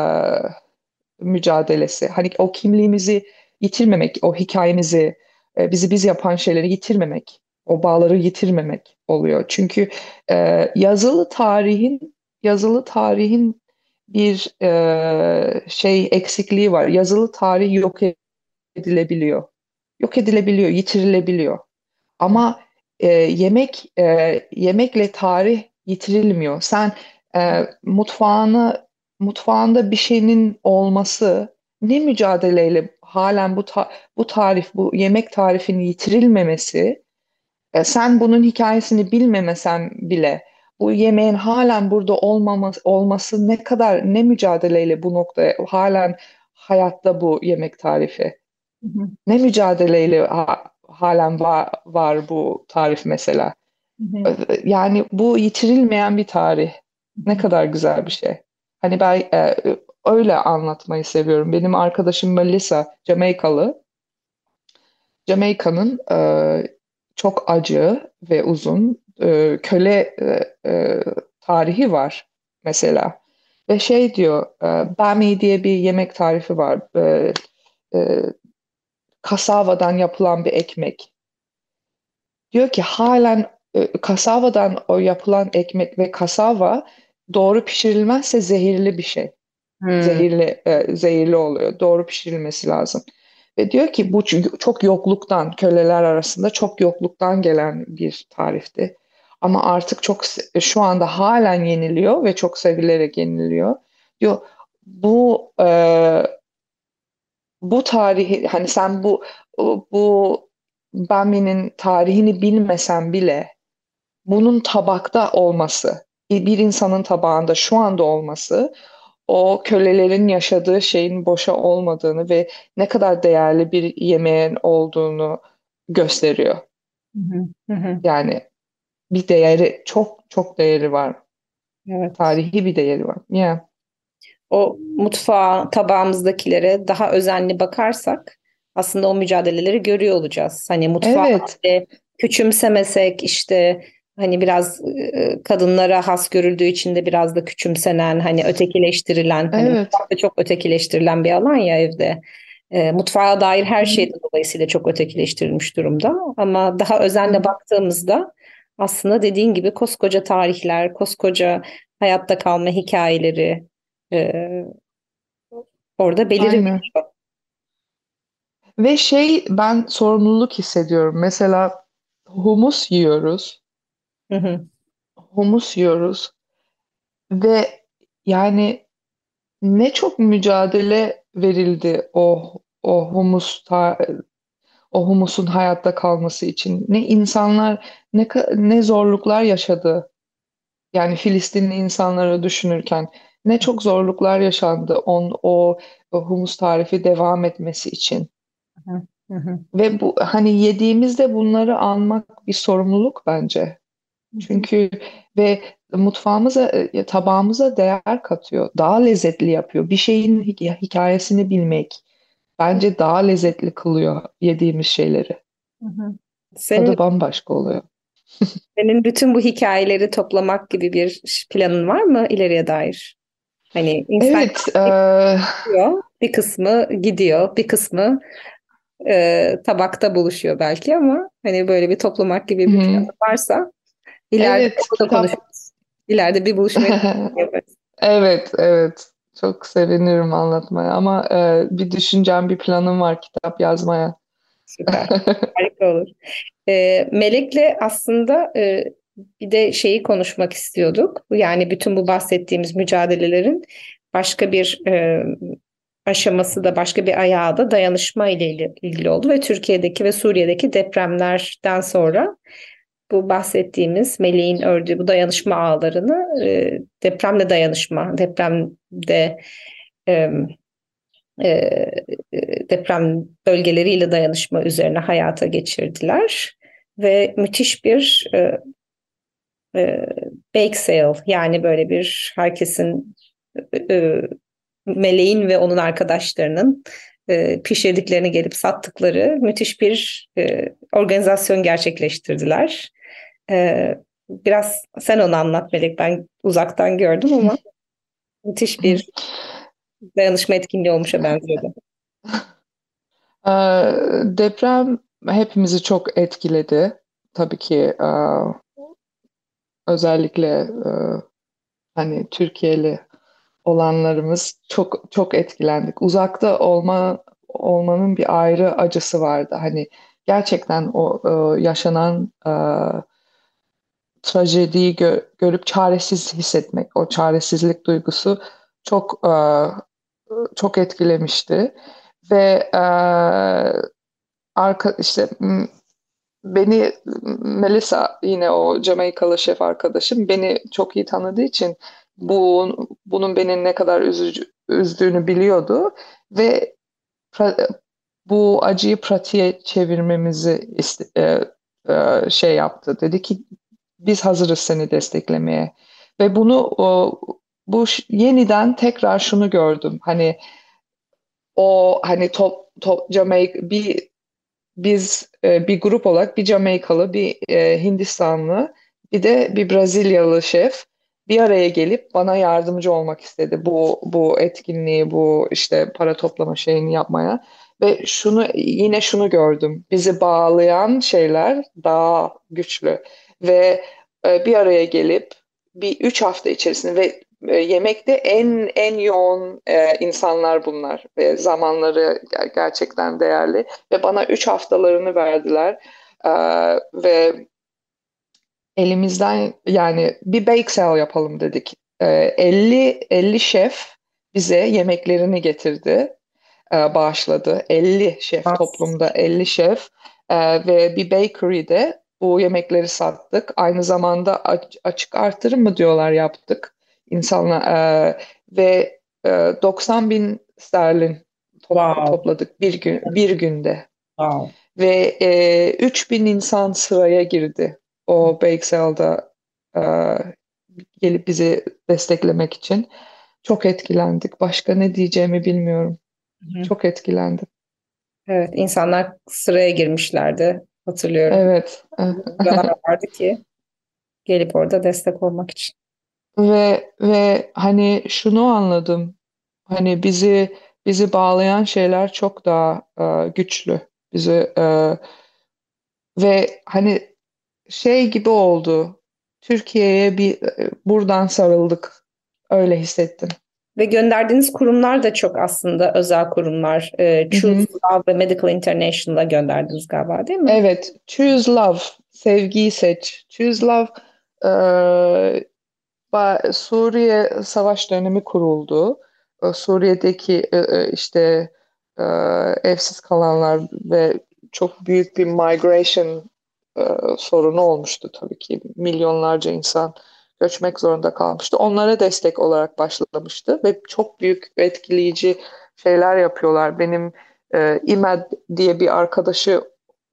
mücadelesi. Hani o kimliğimizi yitirmemek, o hikayemizi, e, bizi biz yapan şeyleri yitirmemek, o bağları yitirmemek oluyor. Çünkü e, yazılı tarihin yazılı tarihin bir e, şey eksikliği var. Yazılı tarih yok edilebiliyor. Yok edilebiliyor, yitirilebiliyor. Ama e, yemek e, yemekle tarih yitirilmiyor. Sen e, mutfağını mutfağında bir şeyin olması, ne mücadeleyle halen bu ta- bu tarif, bu yemek tarifinin yitirilmemesi, e, sen bunun hikayesini bilmemesen bile bu yemeğin halen burada olmaması, olması ne kadar, ne mücadeleyle bu noktaya halen hayatta bu yemek tarifi. Hı hı. Ne mücadeleyle ha- halen var, var bu tarif mesela. Hı hı. Yani bu yitirilmeyen bir tarih. Hı Ne hı. kadar güzel bir şey. Hani ben e, öyle anlatmayı seviyorum. Benim arkadaşım Melissa, Jamaikalı. Jamaika'nın e, çok acı ve uzun e, köle e, e, tarihi var mesela. Ve şey diyor, e, bami diye bir yemek tarifi var. E, e, Kasavadan yapılan bir ekmek. Diyor ki halen e, kasavadan o yapılan ekmek ve kasava doğru pişirilmezse zehirli bir şey. Hmm. Zehirli e, zehirli oluyor. Doğru pişirilmesi lazım. Ve diyor ki bu çünkü çok yokluktan, köleler arasında çok yokluktan gelen bir tarifti. ama artık çok se- şu anda halen yeniliyor ve çok sevilerek yeniliyor. Diyor bu e, bu tarihi hani sen bu bu baminin tarihini bilmesen bile bunun tabakta olması, bir bir insanın tabağında şu anda olması o kölelerin yaşadığı şeyin boşa olmadığını ve ne kadar değerli bir yemeğin olduğunu gösteriyor. Hı hı, hı hı. Yani bir değeri, çok çok değeri var. Evet. Tarihi bir değeri var. Yeah. O mutfağa, tabağımızdakilere daha özenli bakarsak aslında o mücadeleleri görüyor olacağız. Hani mutfağı Evet, işte küçümsemesek, işte hani biraz e, kadınlara has görüldüğü için de biraz da küçümsenen, hani ötekileştirilen, hani evet. mutfak da çok ötekileştirilen bir alan ya evde. E, mutfağa dair her Hı şey hı. de dolayısıyla çok ötekileştirilmiş durumda. Ama daha Hı özenle hı. baktığımızda aslında dediğin gibi koskoca tarihler, koskoca hayatta kalma hikayeleri e, orada Aynen. beliriveriyor. Ve şey ben sorumluluk hissediyorum. Mesela humus yiyoruz. Hı hı, Humus yiyoruz ve yani ne çok mücadele verildi o o humus ta- o humusun hayatta kalması için. Ne insanlar ne ka- ne zorluklar yaşadı. Yani Filistinli insanları düşünürken ne çok zorluklar yaşandı on o, o humus tarifi devam etmesi için. hı hı, hı Ve bu hani yediğimizde bunları anmak bir sorumluluk bence. hı, Çünkü ve mutfağımıza, e, tabağımıza değer katıyor. Daha lezzetli yapıyor. Bir şeyin hi- hikayesini bilmek bence daha lezzetli kılıyor yediğimiz şeyleri. hı hı. Senin Tadı bambaşka oluyor. senin bütün bu hikayeleri toplamak gibi bir planın var mı ileriye dair? Hani Instagram Evet, e, diyor, bir kısmı gidiyor, bir kısmı e, tabakta buluşuyor belki ama hani böyle bir toplamak gibi bir planın hı, varsa ileride evet, onu da kitap. konuşuruz. İleride bir buluşmayı yaparız. Evet, evet. Çok sevinirim anlatmaya ama e, bir düşüncem, bir planım var kitap yazmaya. Süper. Harika olur. E, Melek'le aslında e, bir de şeyi konuşmak istiyorduk. Yani bütün bu bahsettiğimiz mücadelelerin başka bir e, aşaması da başka bir ayağı da dayanışma ile ili- ilgili oldu ve Türkiye'deki ve Suriye'deki depremlerden sonra bu bahsettiğimiz Melek'in ördüğü bu dayanışma ağlarını e, depremle dayanışma, depremde e, e, e, deprem bölgeleriyle dayanışma üzerine hayata geçirdiler. Ve müthiş bir e, e, bake sale, yani böyle bir herkesin e, Meleğin ve onun arkadaşlarının e, pişirdiklerini gelip sattıkları müthiş bir e, organizasyon gerçekleştirdiler. E, Biraz sen onu anlat Melek. Ben uzaktan gördüm ama müthiş bir dayanışma etkinliği olmuşa benziyordu. E, Deprem hepimizi çok etkiledi. Tabii ki e, özellikle e, hani Türkiye'li olanlarımız çok çok etkilendik. Uzakta olma olmanın bir ayrı acısı vardı. Hani gerçekten o e, yaşanan e, trajediyi gö- görüp çaresiz hissetmek, o çaresizlik duygusu çok e, çok etkilemişti. Ve e, arka işte m- beni Melissa, yine o Jamaikalı şef arkadaşım, beni çok iyi tanıdığı için bu bunun beni ne kadar üzücü, üzdüğünü biliyordu ve pra- bu acıyı pratiğe çevirmemizi iste- e, e, şey yaptı. Dedi ki biz hazırız seni desteklemeye. Ve bunu o, bu ş- yeniden tekrar şunu gördüm. Hani o hani top, top Jamaika bir biz e, bir grup olarak bir Jamaikalı, bir e, Hindistanlı, bir de bir Brezilyalı şef bir araya gelip bana yardımcı olmak istedi bu bu etkinliği, bu işte para toplama şeyini yapmaya. Ve şunu yine şunu gördüm. Bizi bağlayan şeyler daha güçlü ve e, bir araya gelip bir üç hafta içerisinde ve e, yemekte en en yoğun e, insanlar bunlar ve zamanları ger- gerçekten değerli ve bana üç haftalarını verdiler. Ee, ve elimizden yani bir bake sale yapalım dedik. Ee, elli elli şef bize yemeklerini getirdi, e, bağışladı. elli şef, toplumda elli şef, e, ve bir bakery'de bu yemekleri sattık. Aynı zamanda aç- açık artırım mı diyorlar, yaptık. İnsanlar e, ve e, doksan bin sterlin top- Wow. topladık bir gün bir günde. Wow. Ve e, üç bin insan sıraya girdi o bake sale'da, e, gelip bizi desteklemek için. Çok etkilendik. Başka ne diyeceğimi bilmiyorum. Hı hı. Çok etkilendim. Evet, insanlar sıraya girmişlerdi. Hatırlıyorum. Evet. Sıralar vardı ki gelip orada destek olmak için. Ve ve hani şunu anladım. Hani bizi bizi bağlayan şeyler çok daha e, güçlü. Bizi e, ve hani şey gibi oldu. Türkiye'ye bir e, buradan sarıldık. Öyle hissettim. Ve gönderdiğiniz kurumlar da çok aslında özel kurumlar. Ee, Hı Choose hı. Love ve Medical International'a gönderdiniz galiba, değil mi? Evet, Choose Love, sevgiyi seç. Choose Love, e, ba- Suriye savaş dönemi kuruldu. E, Suriye'deki e, e, işte e, evsiz kalanlar ve çok büyük bir migration e, sorunu olmuştu tabii ki. Milyonlarca insan göçmek zorunda kalmıştı. Onlara destek olarak başlamıştı ve çok büyük etkileyici şeyler yapıyorlar. Benim e, İmed diye bir arkadaşı,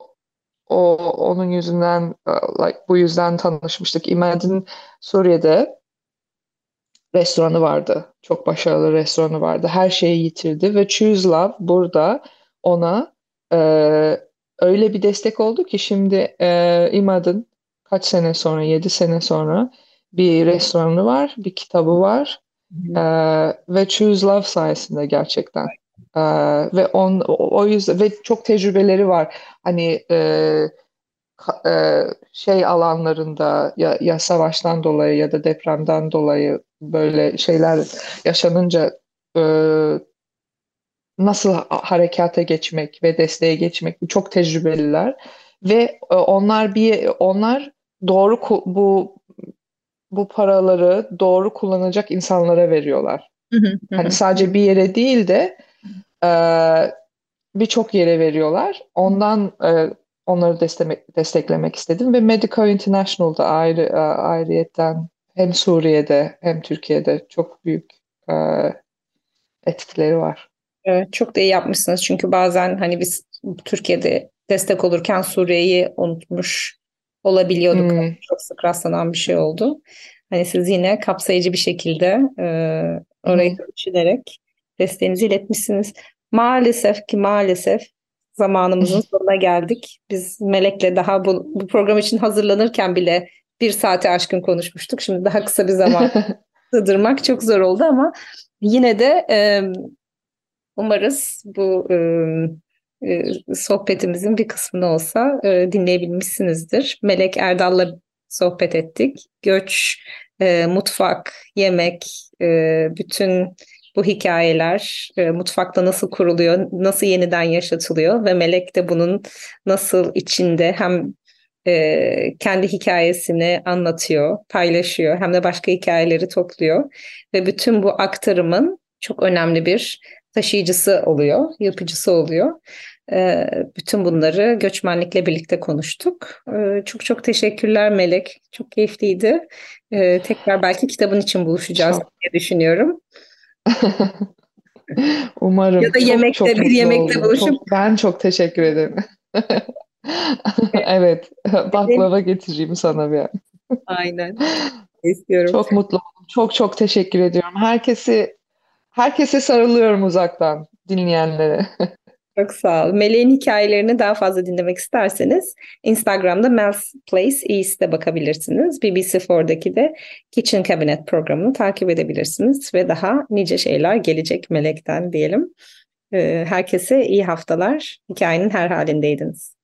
o onun yüzünden e, like bu yüzden tanışmıştık. İmed'in Suriye'de restoranı vardı. Çok başarılı restoranı vardı. Her şeyi yitirdi ve Choose Love burada ona e, öyle bir destek oldu ki şimdi e, İmad'ın kaç sene sonra, yedi sene sonra bir restoranı var, bir kitabı var. Hı E, hı. ve Choose Love sayesinde gerçekten. E, ve on, o, o yüzden ve çok tecrübeleri var. Hani e, ka- e, şey alanlarında ya, ya savaştan dolayı ya da depremden dolayı böyle şeyler yaşanınca e, nasıl ha- harekata geçmek ve desteğe geçmek, çok tecrübeliler ve e, onlar bir onlar doğru ku- bu bu paraları doğru kullanacak insanlara veriyorlar. Hı hı, hı Hani hı. sadece bir yere değil de e, birçok yere veriyorlar. Ondan e, onları desteklemek, desteklemek istedim ve Medical International'da ayrı e, ayrıyetten hem Suriye'de hem Türkiye'de çok büyük e, etkileri var. Evet, çok da iyi yapmışsınız. Çünkü bazen hani biz Türkiye'de destek olurken Suriye'yi unutmuş olabiliyorduk. Hmm, Çok sık rastlanan bir şey oldu. Hani siz yine kapsayıcı bir şekilde e, hı orayı hı. düşünerek desteğinizi iletmişsiniz. Maalesef ki maalesef zamanımızın sonuna geldik. Biz Melek'le daha bu, bu program için hazırlanırken bile bir saate aşkın konuşmuştuk. Şimdi daha kısa bir zaman sığdırmak çok zor oldu ama yine de e, umarız bu e, e, sohbetimizin bir kısmını olsa e, dinleyebilmişsinizdir. Melek Erdal'la sohbet ettik. Göç, e, mutfak, yemek, e, bütün bu hikayeler e, mutfakta nasıl kuruluyor, nasıl yeniden yaşatılıyor ve Melek de bunun nasıl içinde hem e, kendi hikayesini anlatıyor, paylaşıyor hem de başka hikayeleri topluyor ve bütün bu aktarımın çok önemli bir taşıyıcısı oluyor, yapıcısı oluyor. Ee, bütün bunları göçmenlikle birlikte konuştuk. Ee, çok çok teşekkürler Melek. Çok keyifliydi. Ee, tekrar belki kitabın için buluşacağız Çok. diye düşünüyorum. Ya Umarım, da çok yemekte çok bir mutlu yemekte oldum. buluşup Çok, ben çok teşekkür ederim. Evet, baklava getireyim sana bir. aynen istiyorum. Çok mutlu oldum. Çok çok teşekkür ediyorum. Herkesi herkese sarılıyorum uzaktan dinleyenlere. Çok sağ ol. Meleğin hikayelerini daha fazla dinlemek isterseniz Instagram'da Mel's Place East'e bakabilirsiniz. B B C fourdaki de Kitchen Cabinet programını takip edebilirsiniz ve daha nice şeyler gelecek Melek'ten diyelim. Ee, Herkese iyi haftalar. Hikayenin her halindeydiniz.